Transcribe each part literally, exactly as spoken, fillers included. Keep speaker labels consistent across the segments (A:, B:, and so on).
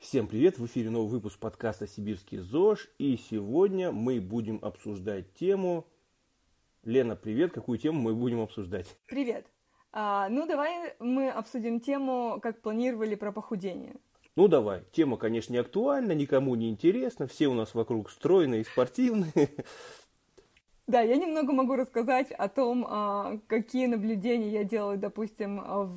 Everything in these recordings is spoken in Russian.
A: Всем привет! В эфире новый выпуск подкаста «Сибирский ЗОЖ». И сегодня мы будем обсуждать тему... Лена, привет! Какую тему мы будем обсуждать?
B: Привет! А, ну, давай мы обсудим тему, как планировали про похудение.
A: Ну, давай. Тема, конечно, не актуальна, никому не интересна. Все у нас вокруг стройные и спортивные.
B: Да, я немного могу рассказать о том, какие наблюдения я делаю, допустим,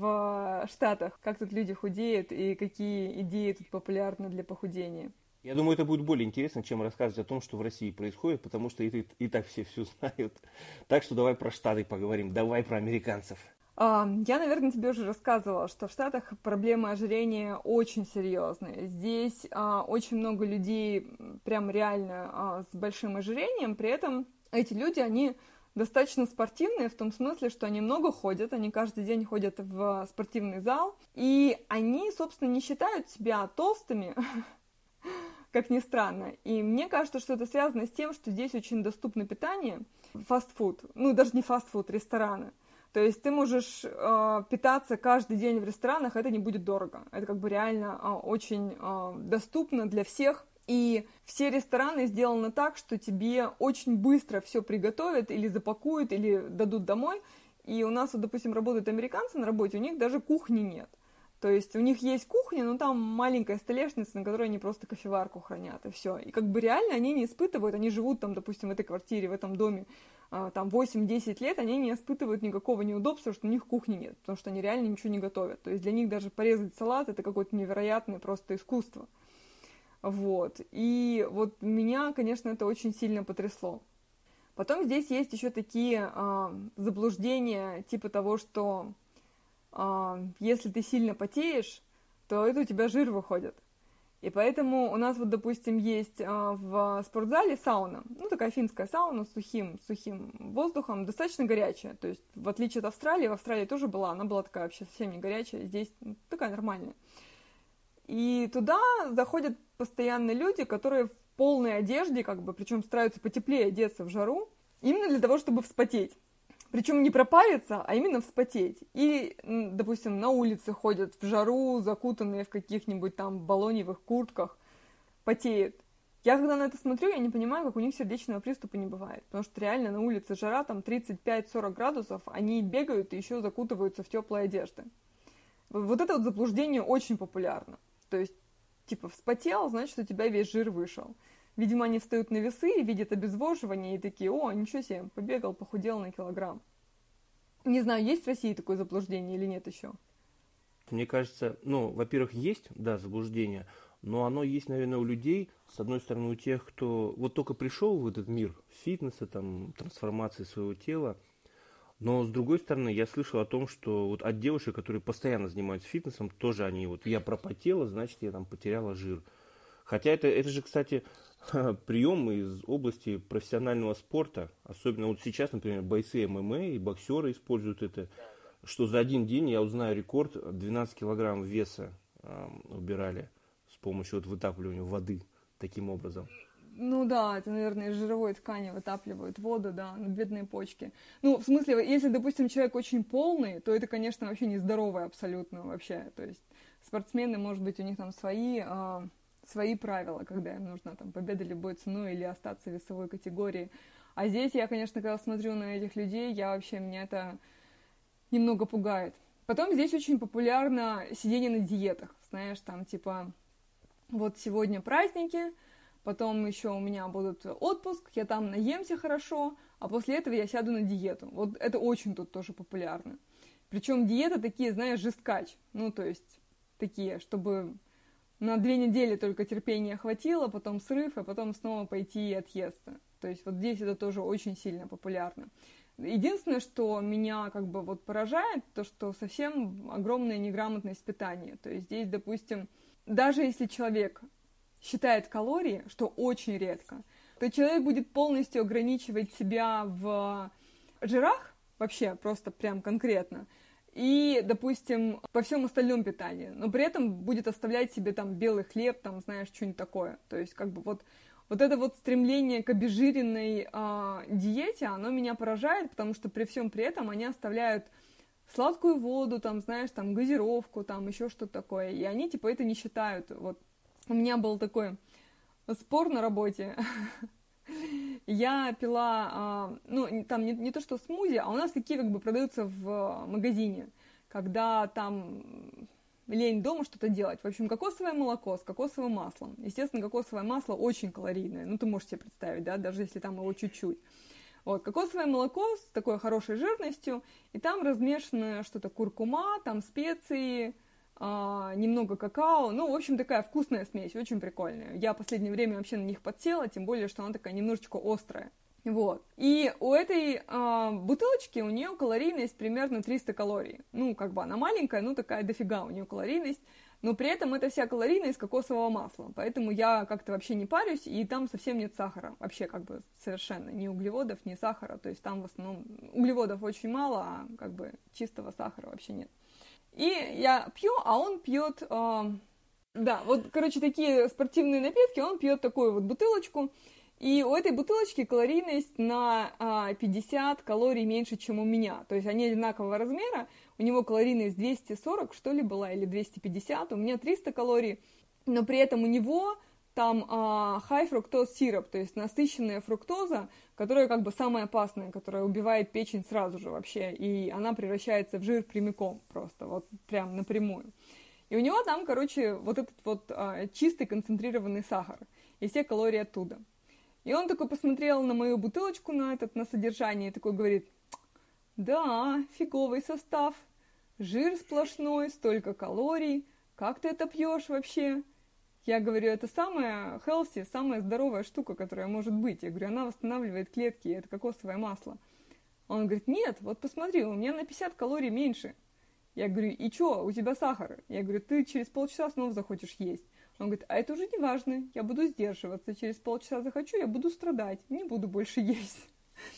B: в Штатах, как тут люди худеют и какие идеи тут популярны для похудения.
A: Я думаю, это будет более интересно, чем рассказывать о том, что в России происходит, потому что и, и так все все знают. Так что давай про Штаты поговорим, давай про американцев.
B: Я, наверное, тебе уже рассказывала, что в Штатах проблемы ожирения очень серьезные. Здесь очень много людей прям реально с большим ожирением, при этом эти люди, они достаточно спортивные в том смысле, что они много ходят, они каждый день ходят в спортивный зал, и они, собственно, не считают себя толстыми, как ни странно. И мне кажется, что это связано с тем, что здесь очень доступно питание, фастфуд, ну даже не фастфуд, рестораны. То есть ты можешь э, питаться каждый день в ресторанах, это не будет дорого. Это как бы реально э, очень э, доступно для всех. И все рестораны сделаны так, что тебе очень быстро все приготовят или запакуют, или дадут домой. И у нас, вот, допустим, работают американцы на работе, у них даже кухни нет. То есть у них есть кухня, но там маленькая столешница, на которой они просто кофеварку хранят, и все. И как бы реально они не испытывают, они живут там, допустим, в этой квартире, в этом доме, там восемь-десять лет, они не испытывают никакого неудобства, что у них кухни нет, потому что они реально ничего не готовят. То есть для них даже порезать салат — это какое-то невероятное просто искусство. Вот. И вот меня, конечно, это очень сильно потрясло. Потом здесь есть еще такие а, заблуждения, типа того, что а, если ты сильно потеешь, то это у тебя жир выходит. И поэтому у нас вот, допустим, есть а, в спортзале сауна, ну, такая финская сауна с сухим, сухим воздухом, достаточно горячая. То есть, в отличие от Австралии, в Австралии тоже была, она была такая вообще совсем не горячая, здесь ну, такая нормальная. И туда заходят постоянно люди, которые в полной одежде, как бы, причем стараются потеплее одеться в жару, именно для того, чтобы вспотеть. Причем не пропариться, а именно вспотеть. И, допустим, на улице ходят в жару, закутанные в каких-нибудь там балоневых куртках, потеют. Я когда на это смотрю, я не понимаю, как у них сердечного приступа не бывает. Потому что реально на улице жара, там тридцать пять-сорок градусов, они бегают и еще закутываются в теплые одежды. Вот это вот заблуждение очень популярно. То есть, типа, вспотел, значит, у тебя весь жир вышел. Видимо, они встают на весы, видят обезвоживание и такие: о, ничего себе, побегал, похудел на килограмм. Не знаю, есть в России такое заблуждение или нет еще?
A: Мне кажется, ну, во-первых, есть, да, заблуждение, но оно есть, наверное, у людей, с одной стороны, у тех, кто вот только пришел в этот мир фитнеса, там, трансформации своего тела. Но, с другой стороны, я слышал о том, что вот от девушек, которые постоянно занимаются фитнесом, тоже они вот, я пропотела, значит, я там потеряла жир. Хотя это, это же, кстати, прием из области профессионального спорта. Особенно вот сейчас, например, бойцы эм эм а и боксеры используют это, что за один день, я узнаю рекорд, двенадцать килограмм веса э, убирали с помощью вот вытапливания воды таким образом.
B: Ну да, это, наверное, из жировой ткани вытапливают воду, да, на бедные почки. Ну, в смысле, если, допустим, человек очень полный, то это, конечно, вообще нездоровый абсолютно вообще. То есть спортсмены, может быть, у них там свои, э, свои правила, когда им нужна там победа любой ценой или остаться в весовой категории. А здесь я, конечно, когда смотрю на этих людей, я вообще, меня это немного пугает. Потом здесь очень популярно сидение на диетах, знаешь, там типа вот сегодня праздники, потом еще у меня будет отпуск, я там наемся хорошо, а после этого я сяду на диету. Вот это очень тут тоже популярно. Причем диеты такие, знаешь, жесткач. Ну, то есть такие, чтобы на две недели только терпения хватило, потом срыв, а потом снова пойти и отъесться. То есть вот здесь это тоже очень сильно популярно. Единственное, что меня как бы вот поражает, то, что совсем огромная неграмотность питания. То есть здесь, допустим, даже если человек считает калории, что очень редко, то человек будет полностью ограничивать себя в жирах, вообще просто прям конкретно, и, допустим, по всем остальном питании, но при этом будет оставлять себе там белый хлеб, там, знаешь, что-нибудь такое. То есть как бы вот, вот это вот стремление к обезжиренной э, диете, оно меня поражает, потому что при всем при этом они оставляют сладкую воду, там, знаешь, там, газировку, там, еще что-то такое, и они, типа, это не считают вот у меня был такой спор на работе. Я пила, а, ну, там не, не то что смузи, а у нас такие как бы продаются в магазине, когда там лень дома что-то делать. В общем, кокосовое молоко с кокосовым маслом. Естественно, кокосовое масло очень калорийное, ну, ты можешь себе представить, да, даже если там его чуть-чуть. Вот, кокосовое молоко с такой хорошей жирностью, и там размешано что-то куркума, там специи, а, немного какао, ну, в общем, такая вкусная смесь, очень прикольная. Я в последнее время вообще на них подсела, тем более, что она такая немножечко острая. Вот. И у этой а, бутылочки, у нее калорийность примерно триста калорий. Ну, как бы она маленькая, ну, такая дофига у нее калорийность. Но при этом это вся калорийность кокосового масла. Поэтому я как-то вообще не парюсь, и там совсем нет сахара. Вообще как бы совершенно ни углеводов, ни сахара. То есть там в основном углеводов очень мало, а как бы чистого сахара вообще нет. И я пью, а он пьет... Э, да, вот, короче, такие спортивные напитки, он пьет такую вот бутылочку. И у этой бутылочки калорийность на а, пятьдесят калорий меньше, чем у меня. То есть они одинакового размера. У него калорийность двести сорок, что ли, была, или двести пятьдесят. У меня триста калорий. Но при этом у него там а, high fructose syrup, то есть насыщенная фруктоза, которая как бы самая опасная, которая убивает печень сразу же вообще. И она превращается в жир прямиком просто, вот прям напрямую. И у него там, короче, вот этот вот а, чистый концентрированный сахар. И все калории оттуда. И он такой посмотрел на мою бутылочку, на этот, на содержание, и такой говорит: да, фиговый состав, жир сплошной, столько калорий, как ты это пьешь вообще? Я говорю, это самая healthy, самая здоровая штука, которая может быть. Я говорю, она восстанавливает клетки, это кокосовое масло. Он говорит, нет, вот посмотри, у меня на пятьдесят калорий меньше. Я говорю, и чё, у тебя сахар? Я говорю, ты через полчаса снова захочешь есть. Он говорит, а это уже не важно, я буду сдерживаться, через полчаса захочу, я буду страдать, не буду больше есть.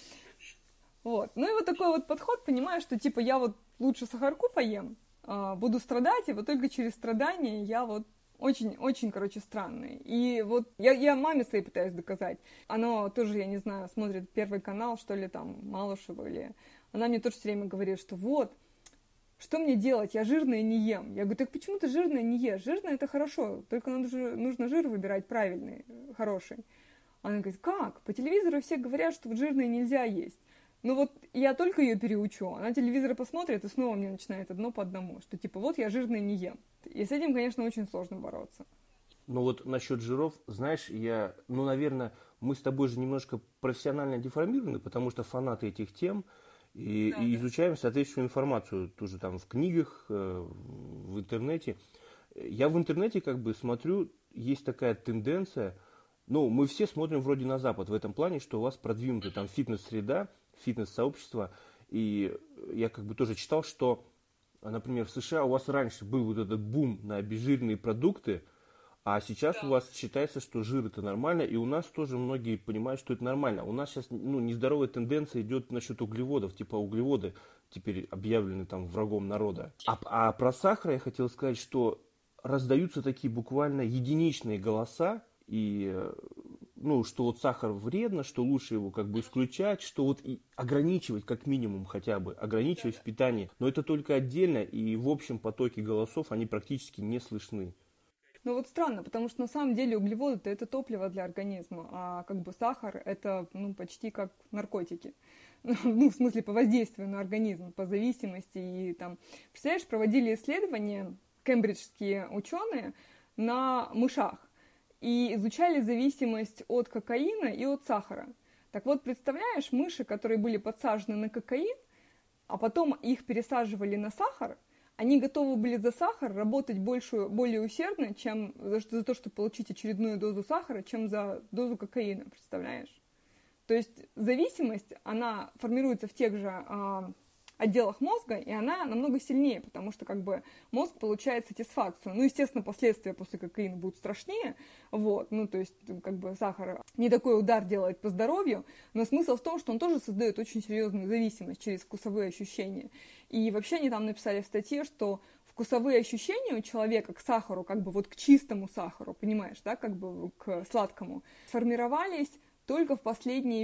B: Вот, ну и вот такой вот подход, понимаешь, что типа я вот лучше сахарку поем, буду страдать, и вот только через страдания я вот очень-очень, короче, странный. И вот я, я маме своей пытаюсь доказать. Она тоже, я не знаю, смотрит Первый канал, что ли, там, Малышева, или... Она мне тоже все время говорит, что вот, что мне делать? Я жирное не ем. Я говорю, так почему ты жирное не ешь? Жирное это хорошо, только нужно, нужно жир выбирать правильный, хороший. Она говорит, как? По телевизору все говорят, что вот жирное нельзя есть. Ну вот я только ее переучу, она телевизор посмотрит и снова мне начинает одно по одному, что типа вот я жирное не ем. И с этим, конечно, очень сложно бороться.
A: Ну вот насчет жиров, знаешь, я, ну, наверное, мы с тобой же немножко профессионально деформированы, потому что фанаты этих тем, и,
B: Да,
A: и
B: да.
A: изучаем соответствующую информацию тоже там в книгах, э, в интернете. Я в интернете как бы смотрю, есть такая тенденция, ну, мы все смотрим вроде на Запад в этом плане, что у вас продвинутая там фитнес-среда, фитнес-сообщество, и я как бы тоже читал, что, например, в США у вас раньше был вот этот бум на обезжиренные продукты, а сейчас
B: Да.
A: у вас считается, что жир это нормально, и у нас тоже многие понимают, что это нормально. У нас сейчас, ну, нездоровая тенденция идет насчет углеводов, типа углеводы теперь объявлены там врагом народа. А, а про сахар я хотел сказать, что раздаются такие буквально единичные голоса, и, ну, что вот сахар вредно, что лучше его как бы исключать, что вот и ограничивать как минимум хотя бы, ограничивать в питании. Но это только отдельно, и в общем потоке голосов они практически не слышны.
B: Ну вот странно, потому что на самом деле углеводы это топливо для организма, а как бы сахар это ну, почти как наркотики. Ну, в смысле, по воздействию на организм, по зависимости. И там, представляешь, проводили исследования кембриджские ученые на мышах и изучали зависимость от кокаина и от сахара. Так вот, представляешь, мыши, которые были подсажены на кокаин, а потом их пересаживали на сахар, они готовы были за сахар работать больше, более усердно, чем за, за то, чтобы получить очередную дозу сахара, чем за дозу кокаина, представляешь? То есть зависимость, она формируется в тех же а, отделах мозга, и она намного сильнее, потому что как бы мозг получает сатисфакцию. Ну, естественно, последствия после кокаина будут страшнее, вот, ну, то есть как бы сахар не такой удар делает по здоровью, но смысл в том, что он тоже создает очень серьезную зависимость через вкусовые ощущения. И вообще они там написали в статье, что вкусовые ощущения у человека к сахару, как бы вот к чистому сахару, понимаешь, да, как бы к сладкому, формировались только в последние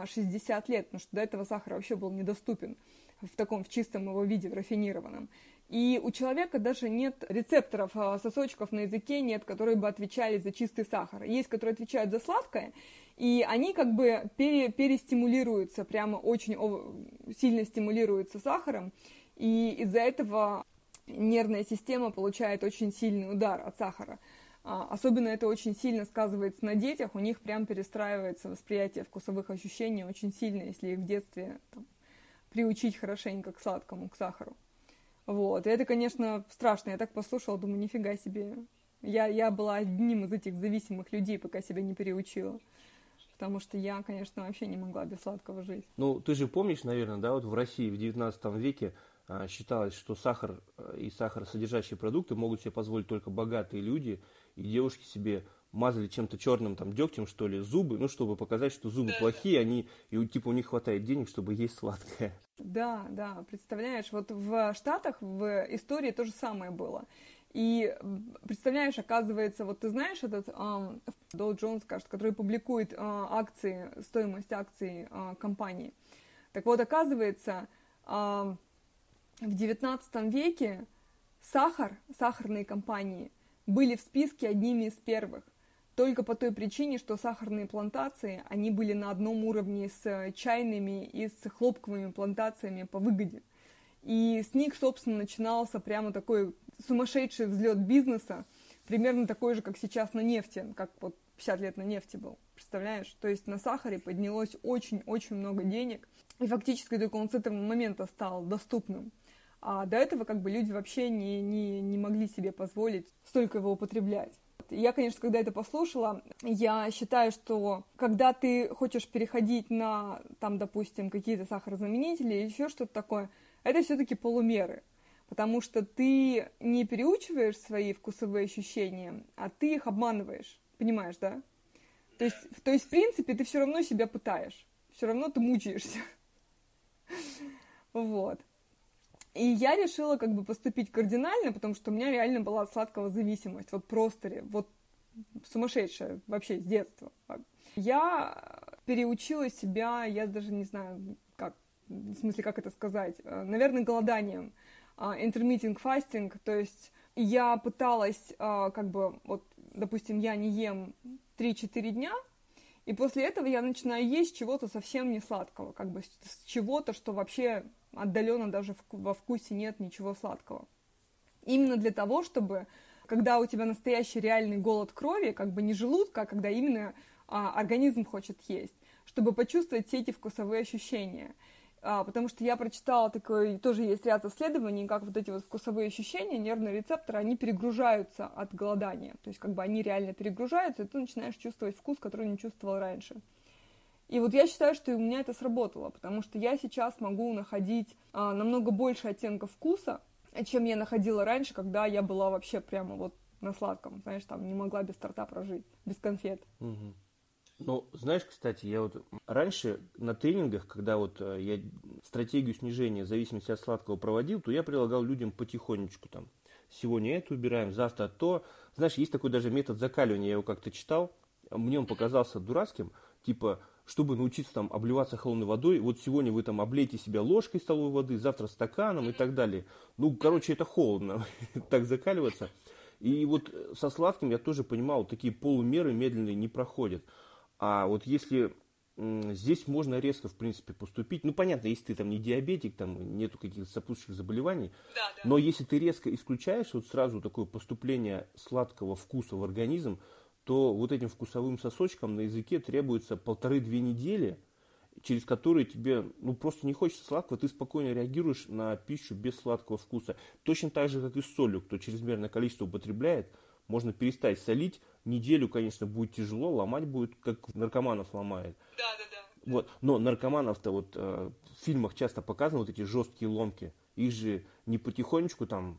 B: пятьдесят-шестьдесят лет, потому что до этого сахар вообще был недоступен в таком, в чистом его виде, в рафинированном. И у человека даже нет рецепторов, сосочков на языке нет, которые бы отвечали за чистый сахар. Есть, которые отвечают за сладкое, и они как бы пере, перестимулируются, прямо очень сильно стимулируются сахаром, и из-за этого нервная система получает очень сильный удар от сахара. Особенно это очень сильно сказывается на детях, у них прям перестраивается восприятие вкусовых ощущений очень сильно, если их в детстве там, приучить хорошенько к сладкому, к сахару. Вот, и это, конечно, страшно. Я так послушала, думаю, нифига себе. Я, я была одним из этих зависимых людей, пока себя не переучила. Потому что я, конечно, вообще не могла без сладкого жить.
A: Ну, ты же помнишь, наверное, да, вот в России в девятнадцатом веке а, считалось, что сахар и сахаросодержащие продукты могут себе позволить только богатые люди, и девушки себе мазали чем-то черным, там, дегтем, что ли, зубы, ну, чтобы показать, что зубы плохие, они, и типа у них хватает денег, чтобы есть сладкое.
B: Да, да, представляешь, вот в Штатах в истории то же самое было. И представляешь, оказывается, вот ты знаешь этот um, Dow Jones, кажется, который публикует uh, акции, стоимость акций uh, компании. Так вот, оказывается, uh, в девятнадцатом веке сахар, сахарные компании были в списке одними из первых. Только по той причине, что сахарные плантации, они были на одном уровне с чайными и с хлопковыми плантациями по выгоде. И с них, собственно, начинался прямо такой сумасшедший взлет бизнеса, примерно такой же, как сейчас на нефти, как вот пятьдесят лет на нефти был, представляешь? То есть на сахаре поднялось очень-очень много денег, и фактически только он с этого момента стал доступным. А до этого как бы люди вообще не, не, не могли себе позволить столько его употреблять. Я, конечно, когда это послушала, я считаю, что когда ты хочешь переходить на, там, допустим, какие-то сахарозаменители или еще что-то такое, это все-таки полумеры, потому что ты не переучиваешь свои вкусовые ощущения, а ты их обманываешь, понимаешь, да? То есть, то есть в принципе, ты все равно себя пытаешь, все равно ты мучаешься. Вот. И я решила как бы поступить кардинально, потому что у меня реально была от сладкого зависимость, вот просто, вот сумасшедшая вообще с детства. Я переучила себя, я даже не знаю, как, в смысле, как это сказать, наверное, голоданием, intermittent fasting, то есть я пыталась, как бы, вот, допустим, я не ем три-четыре дня, и после этого я начинаю есть чего-то совсем не сладкого, как бы с чего-то, что вообще отдаленно даже во вкусе нет ничего сладкого. Именно для того, чтобы, когда у тебя настоящий реальный голод крови, как бы не желудка, а когда именно а, организм хочет есть, чтобы почувствовать все эти вкусовые ощущения. А, потому что я прочитала такой, тоже есть ряд исследований, как вот эти вот вкусовые ощущения, нервные рецепторы, они перегружаются от голодания. То есть как бы они реально перегружаются, и ты начинаешь чувствовать вкус, который не чувствовал раньше. И вот я считаю, что у меня это сработало, потому что я сейчас могу находить а, намного больше оттенков вкуса, чем я находила раньше, когда я была вообще прямо вот на сладком, знаешь, там не могла без торта прожить, без конфет.
A: Угу. Ну, знаешь, кстати, я вот раньше на тренингах, когда вот я стратегию снижения зависимости от сладкого проводил, то я предлагал людям потихонечку там, сегодня это убираем, завтра то. Знаешь, есть такой даже метод закаливания, я его как-то читал, мне он показался дурацким, типа, чтобы научиться там обливаться холодной водой, вот сегодня вы там облейте себя ложкой столовой воды, завтра стаканом и так далее. Ну, короче, это холодно, так закаливаться. И вот со сладким я тоже понимал, такие полумеры медленные не проходят. А вот если м, здесь можно резко, в принципе, поступить, ну, понятно, если ты там не диабетик, там нету каких-то сопутствующих заболеваний,
B: да, да.
A: Но если ты резко исключаешь вот сразу такое поступление сладкого вкуса в организм, то вот этим вкусовым сосочкам на языке требуется полторы-две недели, через которые тебе ну, просто не хочется сладкого, ты спокойно реагируешь на пищу без сладкого вкуса. Точно так же, как и с солью, кто чрезмерное количество употребляет, можно перестать солить. Неделю, конечно, будет тяжело, ломать будет, как наркоманов ломает.
B: Да, да, да.
A: Вот. Но наркоманов-то вот э, в фильмах часто показаны вот эти жесткие ломки. Их же не потихонечку там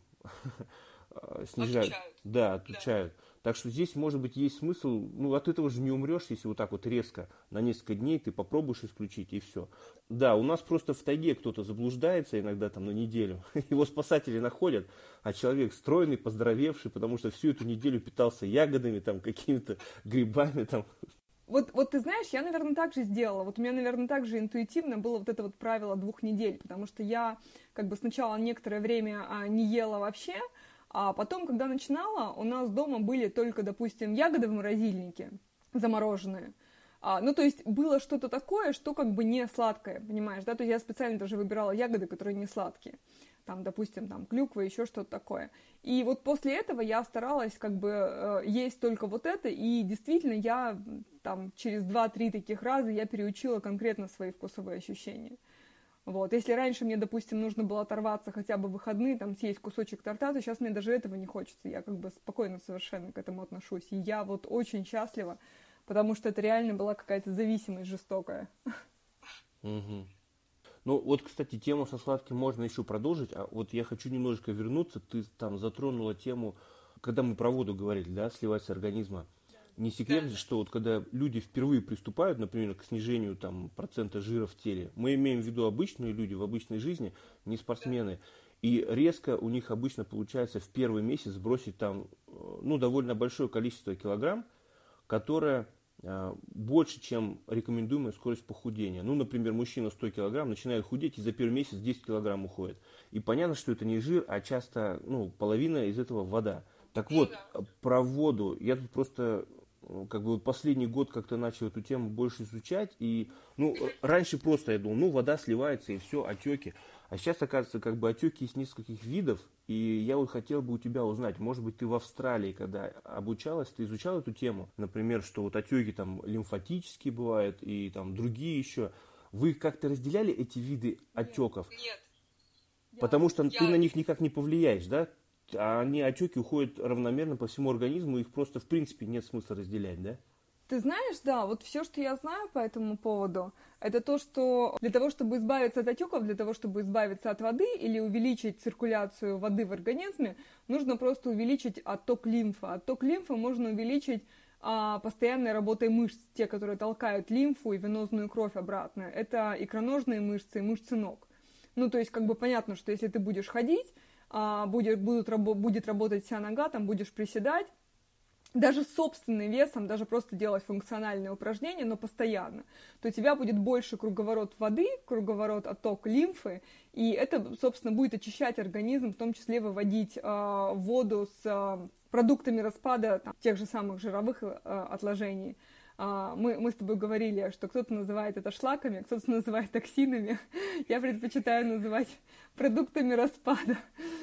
A: снижают.
B: Отучают.
A: Да, отучают. Да. Так что здесь, может быть, есть смысл, ну, от этого же не умрешь, если вот так вот резко на несколько дней ты попробуешь исключить, и все. Да, у нас просто в тайге кто-то заблуждается иногда там на неделю, его спасатели находят, а человек стройный, поздоровевший, потому что всю эту неделю питался ягодами, там, какими-то грибами, там.
B: Вот, вот ты знаешь, я, наверное, так же сделала. Вот у меня, наверное, так же интуитивно было вот это вот правило двух недель, потому что я как бы сначала некоторое время а, не ела вообще, а потом, когда начинала, у нас дома были только, допустим, ягоды в морозильнике замороженные. А, ну, то есть было что-то такое, что как бы не сладкое, понимаешь, да? То есть я специально даже выбирала ягоды, которые не сладкие. Там, допустим, там клюква, еще что-то такое. И вот после этого я старалась как бы э, есть только вот это, и действительно я там через два-три таких раза я переучила конкретно свои вкусовые ощущения. Вот. Если раньше мне, допустим, нужно было оторваться хотя бы в выходные, там, съесть кусочек торта, то сейчас мне даже этого не хочется. Я как бы спокойно совершенно к этому отношусь. И я вот очень счастлива, потому что это реально была какая-то зависимость жестокая.
A: Угу. Ну, вот, кстати, тему со сладким можно еще продолжить, а вот я хочу немножечко вернуться. Ты там затронула тему, когда мы про воду говорили, да, сливать с организма. Не секрет, да, что вот когда люди впервые приступают, например, к снижению там процента жира в теле, мы имеем в виду обычные люди в обычной жизни, не спортсмены, и резко у них обычно получается в первый месяц сбросить там, ну, довольно большое количество килограмм, которое больше, чем рекомендуемая скорость похудения. Ну, например, мужчина сто килограмм начинает худеть, и за первый месяц десять килограмм уходит. И понятно, что это не жир, а часто, ну, половина из этого вода. Так вот, про воду. Я тут просто, как бы, последний год как-то начал эту тему больше изучать. И, ну, раньше просто я думал, ну, вода сливается и все, отеки. А сейчас, оказывается, как бы отеки есть нескольких видов. И я вот хотел бы у тебя узнать, может быть, ты в Австралии, когда обучалась, ты изучала эту тему? Например, что вот отеки там лимфатические бывают и там другие еще. Вы как-то разделяли эти виды отеков?
C: Нет.
A: Потому что
C: я...
A: ты на них никак не повлияешь, да? А они, отеки, уходят равномерно по всему организму, их просто в принципе нет смысла разделять, да?
B: Ты знаешь, да, вот все, что я знаю по этому поводу, это то, что для того, чтобы избавиться от отеков, для того, чтобы избавиться от воды или увеличить циркуляцию воды в организме, нужно просто увеличить отток лимфы. Отток лимфы можно увеличить а, постоянной работой мышц, те, которые толкают лимфу и венозную кровь обратно. Это икроножные мышцы и мышцы ног. Ну, то есть, как бы понятно, что если ты будешь ходить, а, будет, будут, рабо- будет работать вся нога, там будешь приседать, даже с собственным весом, даже просто делать функциональные упражнения, но постоянно, то у тебя будет больше круговорот воды, круговорот, отток лимфы, и это, собственно, будет очищать организм, в том числе выводить э, воду с э, продуктами распада там, тех же самых жировых э, отложений. Uh, мы, мы с тобой говорили, что кто-то называет это шлаками, кто-то называет токсинами. Я предпочитаю называть продуктами распада.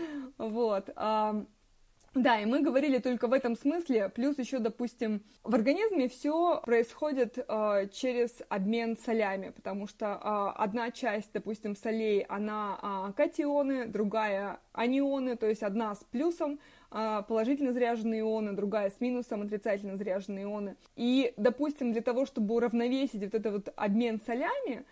B: Вот. Uh, Да, и мы говорили только в этом смысле, плюс еще, допустим, в организме все происходит э, через обмен солями, потому что э, одна часть, допустим, солей, она э, катионы, другая анионы, то есть одна с плюсом э, положительно заряженные ионы, другая с минусом отрицательно заряженные ионы. И, допустим, для того, чтобы уравновесить вот этот вот обмен солями,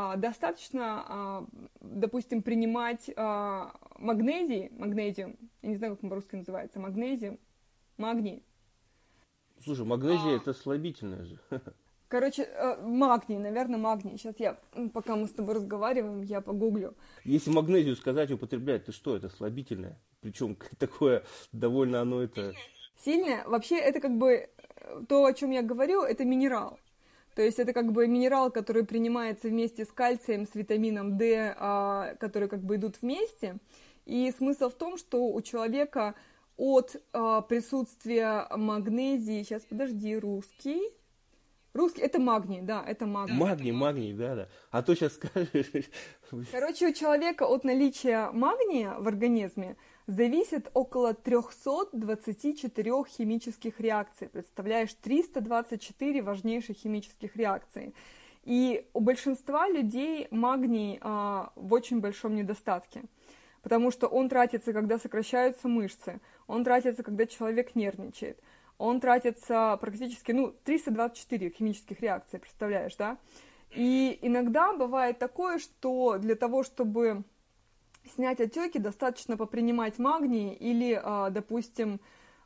B: достаточно, допустим, принимать магнезий, магнезиум, я не знаю, как он по-русски называется, магнезиум, магний.
A: Слушай, магнезия а... это слабительное же.
B: Короче, магний, наверное, магний. Сейчас я, пока мы с тобой разговариваем, я погуглю.
A: Если магнезию сказать употреблять, то что это слабительное? Причем такое довольно оно это...
B: Сильное? Вообще это как бы то, о чем я говорю, это минерал. То есть это как бы минерал, который принимается вместе с кальцием, с витамином D, а, которые как бы идут вместе. И смысл в том, что у человека от а, присутствия магнезии... Сейчас, подожди, русский... Русский, это магний, да, это магний.
A: Магний, магний, да, да. А то сейчас скажешь...
B: Короче, у человека от наличия магния в организме зависит около триста двадцать четыре химических реакций. Представляешь, триста двадцать четыре важнейших химических реакций. И у большинства людей магний а, в очень большом недостатке. Потому что он тратится, когда сокращаются мышцы, он тратится, когда человек нервничает. Он тратится практически, ну, триста двадцать четыре химических реакций, представляешь, да? И иногда бывает такое, что для того, чтобы снять отеки, достаточно попринимать магний или, допустим,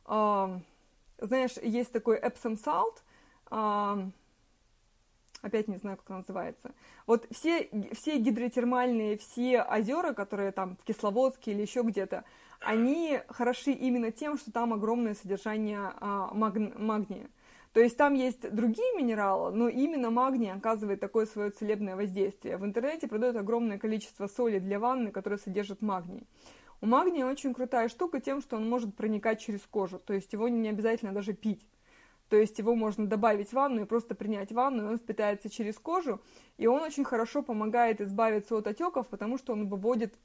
B: знаешь, есть такой Epsom Salt, опять не знаю, как он называется. Вот все, все гидротермальные, все озера, которые там в Кисловодске или еще где-то, они хороши именно тем, что там огромное содержание а, маг, магния. То есть там есть другие минералы, но именно магний оказывает такое свое целебное воздействие. В интернете продают огромное количество соли для ванны, которые содержат магний. У магния очень крутая штука тем, что он может проникать через кожу, то есть его не обязательно даже пить. То есть его можно добавить в ванну и просто принять ванну, и он впитается через кожу, и он очень хорошо помогает избавиться от отеков, потому что он выводит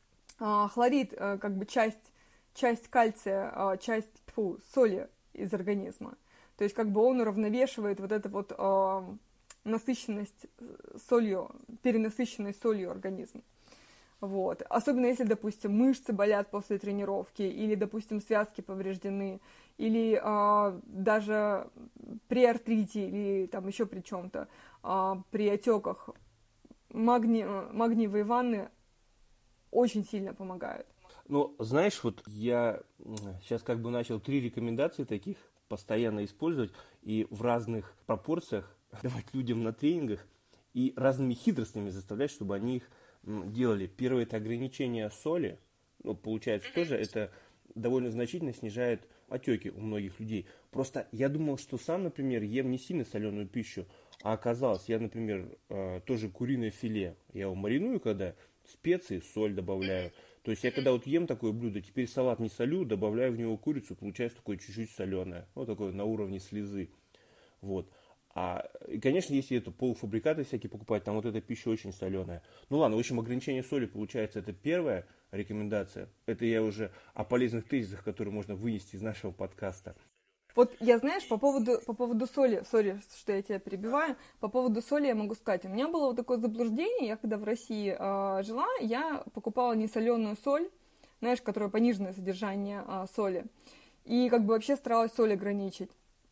B: а, хлорид, а, как бы часть, часть кальция, а, часть тьфу, соли из организма. То есть как бы он уравновешивает вот эту вот а, насыщенность солью, перенасыщенность солью организма. Вот. Особенно если, допустим, мышцы болят после тренировки, или, допустим, связки повреждены, или а, даже при артрите, или там еще при чем-то, а, при отеках. Магни... Магниевые ванны очень сильно помогают.
A: Ну, знаешь, вот я сейчас как бы начал три рекомендации таких постоянно использовать и в разных пропорциях давать людям на тренингах и разными хитростями заставлять, чтобы они их делали. Первое — это ограничение соли. Ну, получается, тоже это довольно значительно снижает отеки у многих людей. Просто я думал, что сам, например, ем не сильно соленую пищу, а оказалось, я, например, тоже куриное филе. Я его мариную, когда специи, соль добавляю. То есть я когда вот ем такое блюдо, теперь салат не солю, добавляю в него курицу, получается такое чуть-чуть соленое. Вот такое на уровне слезы. Вот. А, и, конечно, если это полуфабрикаты всякие покупать, там вот эта пища очень соленая. Ну ладно, в общем, ограничение соли, получается, это первая рекомендация. Это я уже о полезных тезисах, которые можно вынести из нашего подкаста.
B: Вот я, знаешь, по поводу, по поводу соли, сори, что я тебя перебиваю, по поводу соли я могу сказать, у меня было вот такое заблуждение, я когда в России э, жила, я покупала несоленую соль, знаешь, которая пониженное содержание э, соли, и как бы вообще старалась соль ограничить.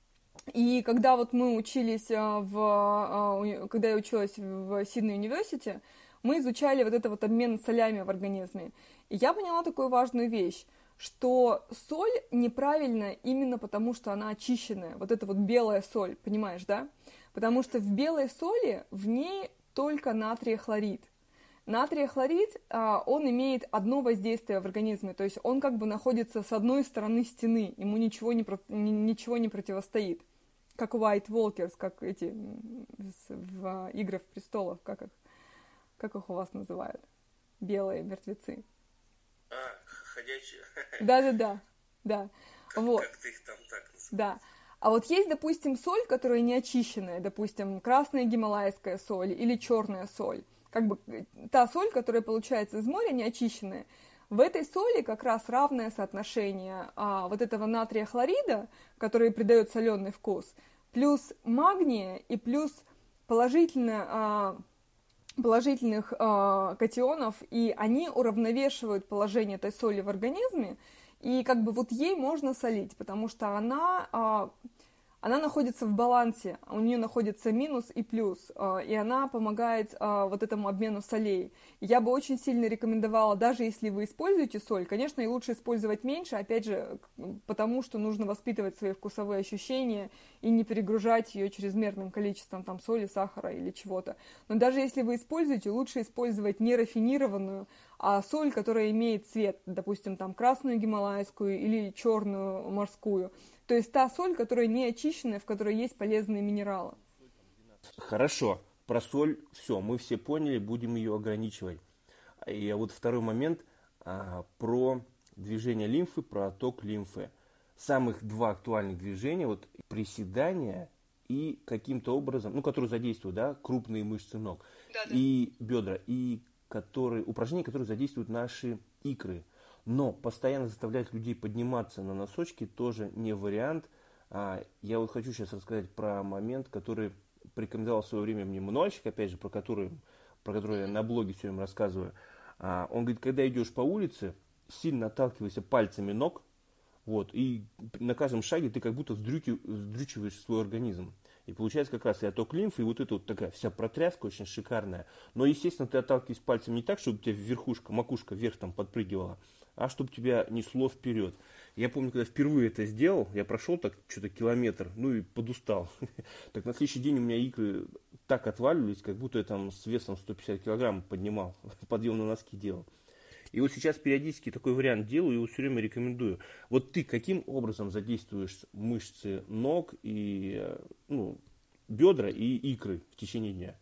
B: И когда вот мы учились в, когда я училась в Сидней университете, мы изучали вот это вот обмен солями в организме. И я поняла такую важную вещь, что соль неправильная именно потому, что она очищенная. Вот это вот белая соль, понимаешь, да? Потому что в белой соли в ней только натрий хлорид. Натрий хлорид, он имеет одно воздействие в организме, то есть он как бы находится с одной стороны стены, ему ничего не, ничего не противостоит. Как White Walkers, как эти в «Играх престолов», как их, как их у вас называют? Белые мертвецы.
A: А, ходячие.
B: Да-да-да, да.
A: Как,
B: вот.
A: Как ты их там так называешь?
B: Да. А вот есть, допустим, соль, которая не очищенная, допустим, красная гималайская соль или черная соль. Как бы та соль, которая получается из моря, не очищенная. В этой соли как раз равное соотношение а, вот этого натрия хлорида, который придает соленый вкус, плюс магния и плюс положительно, а, положительных а, катионов, и они уравновешивают положение этой соли в организме, и как бы вот ей можно солить, потому что она... А, она находится в балансе, у нее находится минус и плюс, и она помогает вот этому обмену солей. Я бы очень сильно рекомендовала, даже если вы используете соль, конечно, и лучше использовать меньше, опять же, потому что нужно воспитывать свои вкусовые ощущения и не перегружать ее чрезмерным количеством там, соли, сахара или чего-то. Но даже если вы используете, лучше использовать не рафинированную, а соль, которая имеет цвет, допустим, там красную гималайскую или черную морскую. То есть та соль, которая не очищенная, в которой есть полезные минералы.
A: Хорошо, про соль все, мы все поняли, будем ее ограничивать. И вот второй момент а, про движение лимфы, про отток лимфы. Самых два актуальных движения, вот приседания и каким-то образом, ну, которые задействуют, да, крупные мышцы ног, да-да, и бедра, и которые, упражнения, которые задействуют наши икры. Но постоянно заставлять людей подниматься на носочки тоже не вариант. Я вот хочу сейчас рассказать про момент, который порекомендовал в свое время мне мальчик, опять же, про который, про который я на блоге все время рассказываю. Он говорит, когда идешь по улице, сильно отталкивайся пальцами ног, вот, и на каждом шаге ты как будто вздрючиваешь свой организм. И получается как раз и отток лимфы, и вот эта вот такая вся протряска очень шикарная. Но, естественно, ты отталкиваешься пальцем не так, чтобы у тебя верхушка, макушка вверх там подпрыгивала, а чтобы тебя несло вперед. Я помню, когда впервые это сделал, я прошел так что-то километр, ну и подустал. Так на следующий день у меня икры так отваливались, как будто я там с весом сто пятьдесят килограмм поднимал, подъем на носки делал. И вот сейчас периодически такой вариант делаю и его все время рекомендую. Вот ты каким образом задействуешь мышцы ног и ну, бедра и икры в течение дня?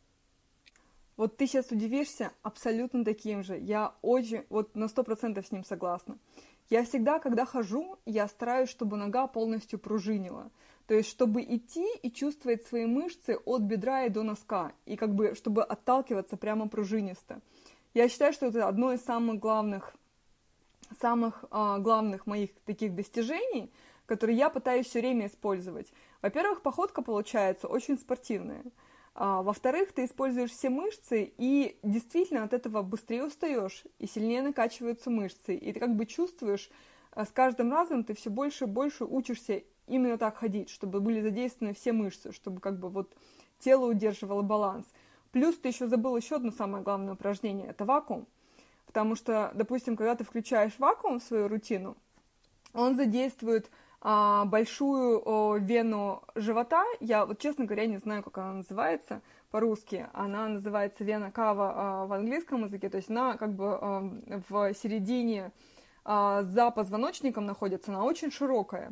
B: Вот ты сейчас удивишься, абсолютно таким же. Я очень, вот на сто процентов с ним согласна. Я всегда, когда хожу, я стараюсь, чтобы нога полностью пружинила. То есть, чтобы идти и чувствовать свои мышцы от бедра и до носка. И как бы, чтобы отталкиваться прямо пружинисто. Я считаю, что это одно из самых главных, самых а, главных моих таких достижений, которые я пытаюсь все время использовать. Во-первых, походка получается очень спортивная. А, во-вторых, ты используешь все мышцы, и действительно от этого быстрее устаешь, и сильнее накачиваются мышцы. И ты как бы чувствуешь, с каждым разом ты все больше и больше учишься именно так ходить, чтобы были задействованы все мышцы, чтобы как бы вот тело удерживало баланс. Плюс ты еще забыл еще одно самое главное упражнение – это вакуум. Потому что, допустим, когда ты включаешь вакуум в свою рутину, он задействует а, большую о, вену живота. Я вот, честно говоря, не знаю, как она называется по-русски. Она называется вена кава а, в английском языке. То есть она как бы а, в середине а, за позвоночником находится, она очень широкая.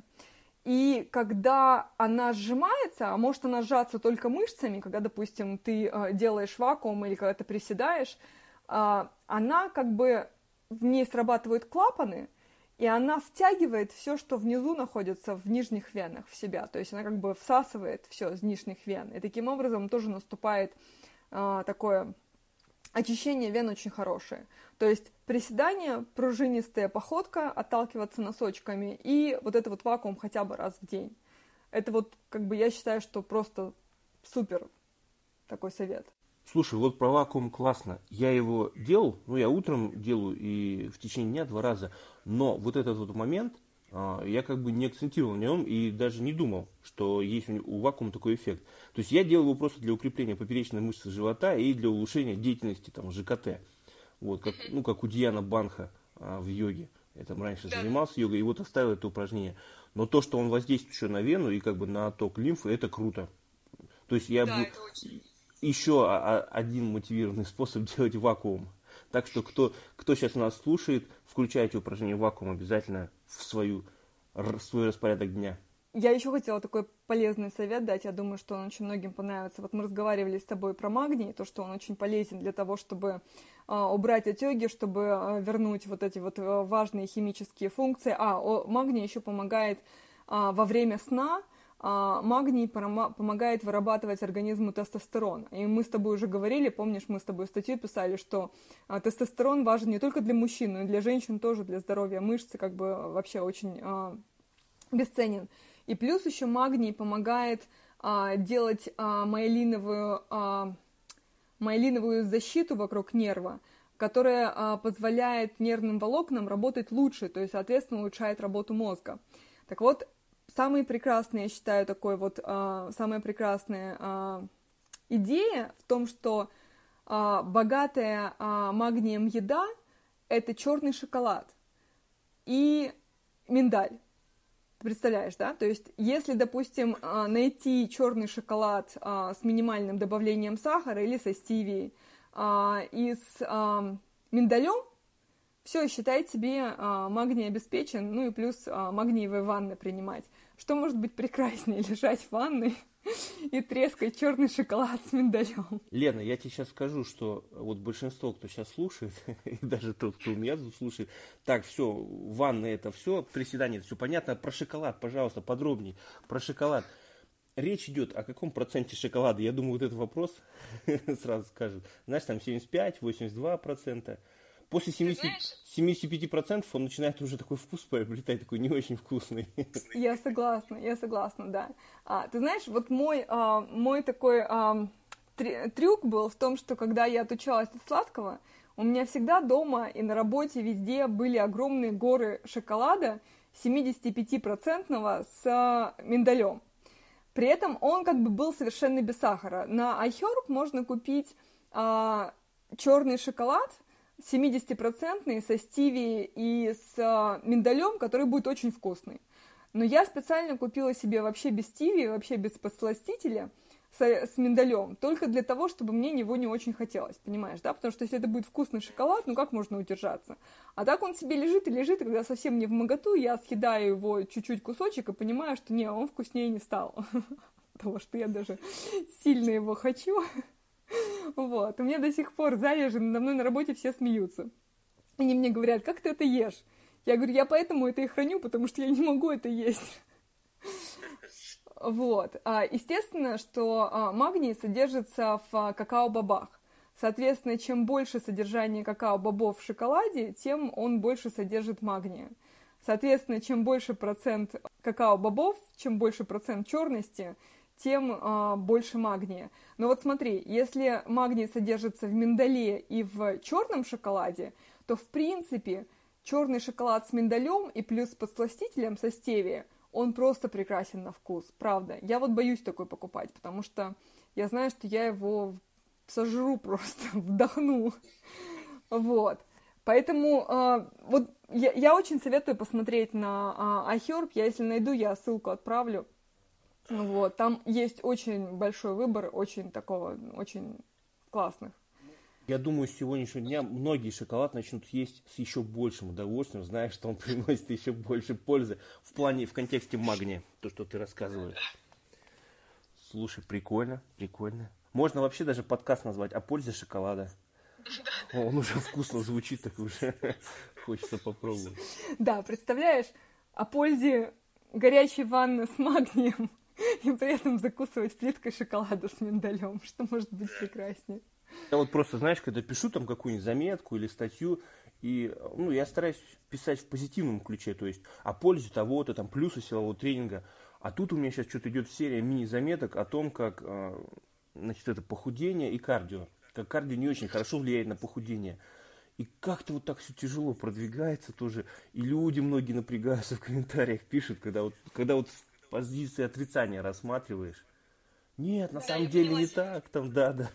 B: И когда она сжимается, а может она сжаться только мышцами, когда, допустим, ты э, делаешь вакуум или когда ты приседаешь, э, она как бы, в ней срабатывают клапаны, и она втягивает все, что внизу находится в нижних венах в себя. То есть она как бы всасывает все из нижних вен. И таким образом тоже наступает э, такое очищение вен очень хорошее. То есть приседание, пружинистая походка, отталкиваться носочками и вот это вот вакуум хотя бы раз в день. Это вот как бы я считаю, что просто супер такой совет.
A: Слушай, вот про вакуум классно. Я его делал, ну я утром делаю и в течение дня два раза, но вот этот вот момент а, я как бы не акцентировал на нем и даже не думал, что есть у, у вакуума такой эффект. То есть я делал его просто для укрепления поперечной мышцы живота и для улучшения деятельности там ЖКТ. Вот, как, ну, как у Диана Банха а, в йоге. Я там раньше да. занимался йогой, и вот оставил это упражнение. Но то, что он воздействует еще на вену и как бы на отток лимфы, это круто. То есть я да, бы... очень... еще один мотивированный способ делать вакуум. Так что кто, кто сейчас нас слушает, включайте упражнение вакуум обязательно в, свою, в свой распорядок дня.
B: Я еще хотела такой полезный совет дать, я думаю, что он очень многим понравится. Вот мы разговаривали с тобой про магний, то, что он очень полезен для того, чтобы э, убрать отеки, чтобы э, вернуть вот эти вот важные химические функции. А, о, магний еще помогает э, во время сна, э, магний порома- помогает вырабатывать организму тестостерон. И мы с тобой уже говорили, помнишь, мы с тобой статью писали, что э, тестостерон важен не только для мужчин, но и для женщин тоже, для здоровья мышц, как бы вообще очень э, бесценен. И плюс еще магний помогает а, делать а, маэлиновую, а, маэлиновую защиту вокруг нерва, которая а, позволяет нервным волокнам работать лучше, то есть, соответственно, улучшает работу мозга. Так вот, самая прекрасная, я считаю, такой вот, а, самая прекрасная а, идея в том, что а, богатая а, магнием еда – это черный шоколад и миндаль. Представляешь, да? То есть, если, допустим, найти черный шоколад с минимальным добавлением сахара или со стевией и с миндалем, все, считай, себе магний обеспечен, ну и плюс магниевые ванны принимать. Что может быть прекраснее лежать в ванной и трескать черный шоколад с миндалем?
A: Лена, я тебе сейчас скажу, что вот большинство, кто сейчас слушает, и даже тот, кто у меня тут слушает, так, все, ванна это все, приседание это все понятно, про шоколад, пожалуйста, подробнее, про шоколад. Речь идет о каком проценте шоколада? Я думаю, вот этот вопрос сразу скажет. Знаешь, там семьдесят пять - восемьдесят два процента. После семидесяти пяти процентов он начинает уже такой вкус приобретать, такой не очень вкусный.
B: Я согласна, я согласна, да. А, ты знаешь, вот мой, а, мой такой а, трюк был в том, что когда я отучалась от сладкого, у меня всегда дома и на работе везде были огромные горы шоколада семидесятипятипроцентного с миндалем. При этом он как бы был совершенно без сахара. На iHerb можно купить а, черный шоколад, семидесятипроцентный со стевией и с а, миндалем, который будет очень вкусный. Но я специально купила себе вообще без стевии, вообще без подсластителя, с, с миндалем, только для того, чтобы мне его не очень хотелось, понимаешь, да? Потому что если это будет вкусный шоколад, ну как можно удержаться? А так он себе лежит и лежит, и когда совсем не вмоготу, я съедаю его чуть-чуть кусочек и понимаю, что не, он вкуснее не стал. Потому что я даже сильно его хочу. Вот. У меня до сих пор залежи, надо мной на работе все смеются. Они мне говорят, как ты это ешь? Я говорю, я поэтому это и храню, потому что я не могу это есть. Вот. Естественно, что магний содержится в какао-бобах. Соответственно, чем больше содержание какао-бобов в шоколаде, тем он больше содержит магния. Соответственно, чем больше процент какао-бобов, чем больше процент черности, тем а, больше магния. Но вот смотри, если магний содержится в миндале и в черном шоколаде, то в принципе черный шоколад с миндалем и плюс с подсластителем со стевией, он просто прекрасен на вкус, правда. Я вот боюсь такой покупать, потому что я знаю, что я его сожру просто, вдохну. Вот. Поэтому э, вот я, я очень советую посмотреть на э, iHerb. Я, если найду, я ссылку отправлю. Вот. Там есть очень большой выбор, очень такого, очень классных.
A: Я думаю, с сегодняшнего дня многие шоколад начнут есть с еще большим удовольствием, зная, что он приносит еще больше пользы в плане, в контексте магния, то, что ты рассказываешь. Слушай, прикольно, прикольно. Можно вообще даже подкаст назвать о пользе шоколада. О, он уже вкусно звучит, так уже хочется попробовать.
B: Да, представляешь, о пользе горячей ванны с магнием и при этом закусывать плиткой шоколада с миндалем. Что может быть прекраснее?
A: Я вот просто, знаешь, когда пишу там какую-нибудь заметку или статью, и, ну, я стараюсь писать в позитивном ключе, то есть о пользе того-то, там, плюсы силового тренинга. А тут у меня сейчас что-то идет серия мини-заметок о том, как, значит, это похудение и кардио. Как кардио не очень хорошо влияет на похудение. И как-то вот так все тяжело продвигается тоже. И люди многие напрягаются в комментариях, пишут, когда вот, когда вот с позиции отрицания рассматриваешь. Нет, на
C: Да,
A: самом
C: я
A: деле
C: поняла
A: не
C: тебя.
A: так, там, да, да.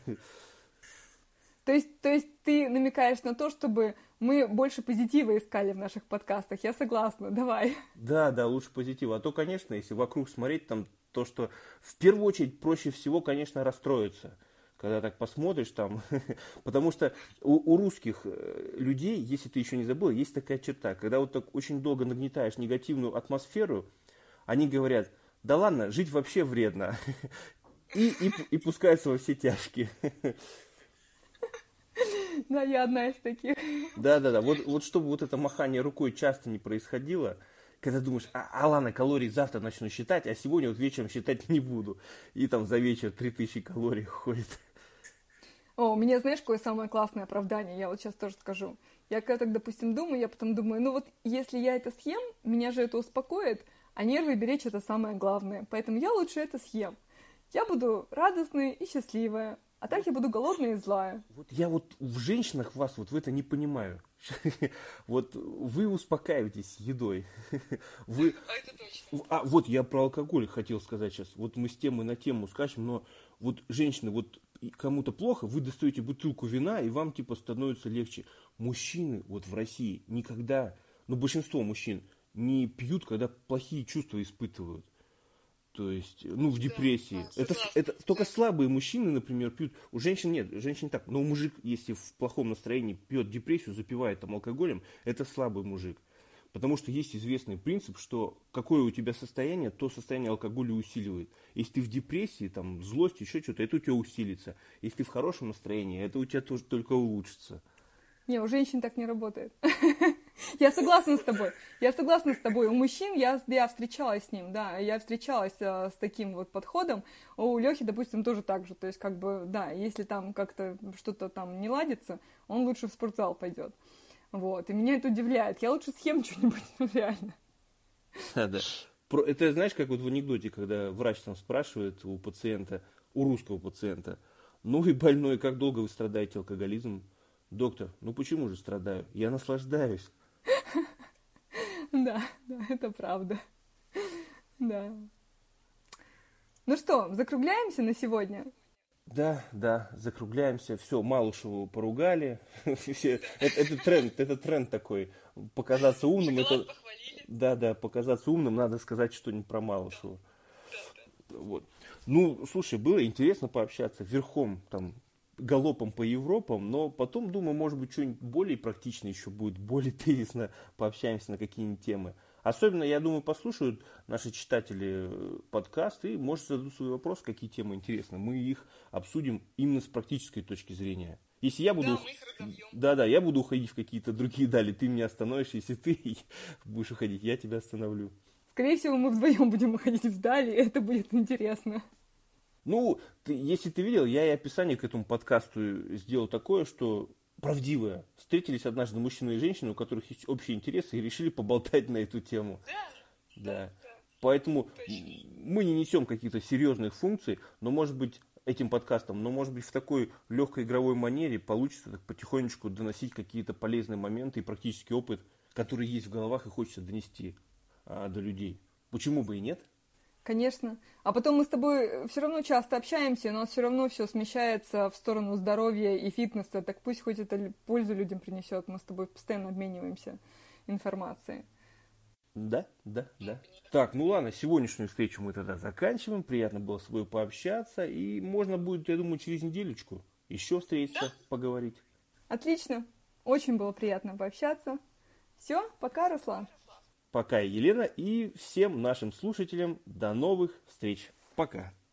B: То есть, то есть ты намекаешь на то, чтобы мы больше позитива искали в наших подкастах. Я согласна, давай.
A: Да, да, лучше позитив. А то, конечно, если вокруг смотреть, там то, что в первую очередь проще всего, конечно, расстроиться, когда так посмотришь там, потому что у, у русских людей, если ты еще не забыл, есть такая черта, когда вот так очень долго нагнетаешь негативную атмосферу, они говорят, да ладно, жить вообще вредно, и, и, и пускаются во все тяжкие.
B: Да, я одна из таких.
A: Да, да, да. Вот, вот чтобы вот это махание рукой часто не происходило, когда думаешь, а, а ладно, калорий завтра начну считать, а сегодня вот вечером считать не буду. И там за вечер три тысячи калорий ходит.
B: О, у меня, знаешь, какое самое классное оправдание, я вот сейчас тоже скажу. Я когда так, допустим, думаю, я потом думаю, ну вот если я это съем, меня же это успокоит, а нервы беречь это самое главное. Поэтому я лучше это съем. Я буду радостная и счастливая. А так я буду голодная и злая.
A: Вот я вот в женщинах вас вот в это не понимаю. Вот вы успокаиваетесь едой. Вы...
C: А это точно.
A: А вот я про алкоголь хотел сказать сейчас. Вот мы с темы на тему скачем, но вот женщины, вот кому-то плохо, вы достаете бутылку вина, и вам типа становится легче. Мужчины вот в России никогда, ну большинство мужчин не пьют, когда плохие чувства испытывают. То есть, ну, в депрессии.
C: Да,
A: это,
C: согласна,
A: это только
C: согласна.
A: слабые мужчины, например, пьют. У женщин нет, женщин так. Но мужик, если в плохом настроении пьет депрессию, запивает там алкоголем, это слабый мужик. Потому что есть известный принцип, что какое у тебя состояние, то состояние алкоголя усиливает. Если ты в депрессии, там, злость, еще что-то, это у тебя усилится. Если ты в хорошем настроении, это у тебя тоже только улучшится.
B: Не, у женщин так не работает. Я согласна с тобой. Я согласна с тобой. У мужчин я, я встречалась с ним, да, я встречалась а, с таким вот подходом. У Лехи, допустим, тоже так же. То есть, как бы, да, если там как-то что-то там не ладится, он лучше в спортзал пойдет. Вот. И меня это удивляет. Я лучше съем что-нибудь, ну, реально.
A: Да, да. Про, это знаешь, как вот в анекдоте, когда врач там спрашивает у пациента, у русского пациента, ну и больной, как долго вы страдаете алкоголизмом? Доктор, ну почему же страдаю? Я наслаждаюсь.
B: Да, да, это правда. Да. Ну что, закругляемся на сегодня?
A: Да, да, закругляемся. Все, Малышеву поругали. Все, это, это тренд, это тренд такой. Показаться умным.
C: Шоколад
A: Это,
C: похвалили.
A: да, да, показаться умным, надо сказать что-нибудь про Малышеву.
C: Да, да.
A: Вот. Ну, слушай, было интересно пообщаться верхом, там, галопом по Европам, но потом, думаю, может быть, что-нибудь более практичное еще будет, более тезисно пообщаемся на какие-нибудь темы. Особенно, я думаю, послушают наши читатели подкаст и, может, зададут свой вопрос, какие темы интересны. Мы их обсудим именно с практической точки зрения. Если я буду...
B: Да, мы их разобьем.
A: Да-да, я буду уходить в какие-то другие дали, ты меня остановишь. Если ты будешь уходить, я тебя остановлю.
B: Скорее всего, мы вдвоем будем уходить вдали, и это будет интересно.
A: Ну, ты, если ты видел, я и описание к этому подкасту сделал такое, что правдивое. Встретились однажды мужчина и женщина, у которых есть общие интересы, и решили поболтать на эту тему.
B: Да,
A: Да.
B: да,
A: Поэтому
B: точно.
A: мы не несем каких-то серьезных функций, но, может быть, этим подкастом, но, может быть, в такой легкой игровой манере получится так потихонечку доносить какие-то полезные моменты и практический опыт, который есть в головах и хочется донести а, до людей. Почему бы и нет?
B: Конечно. А потом мы с тобой все равно часто общаемся, и у нас все равно все смещается в сторону здоровья и фитнеса. Так пусть хоть это пользу людям принесет. Мы с тобой постоянно обмениваемся информацией.
A: Да, да, да. Так, ну ладно, сегодняшнюю встречу мы тогда заканчиваем. Приятно было с тобой пообщаться. И можно будет, я думаю, через неделечку еще встретиться, поговорить.
B: Отлично. Очень было приятно пообщаться. Все, пока, Руслан.
A: Пока, Елена, и всем нашим слушателям до новых встреч. Пока.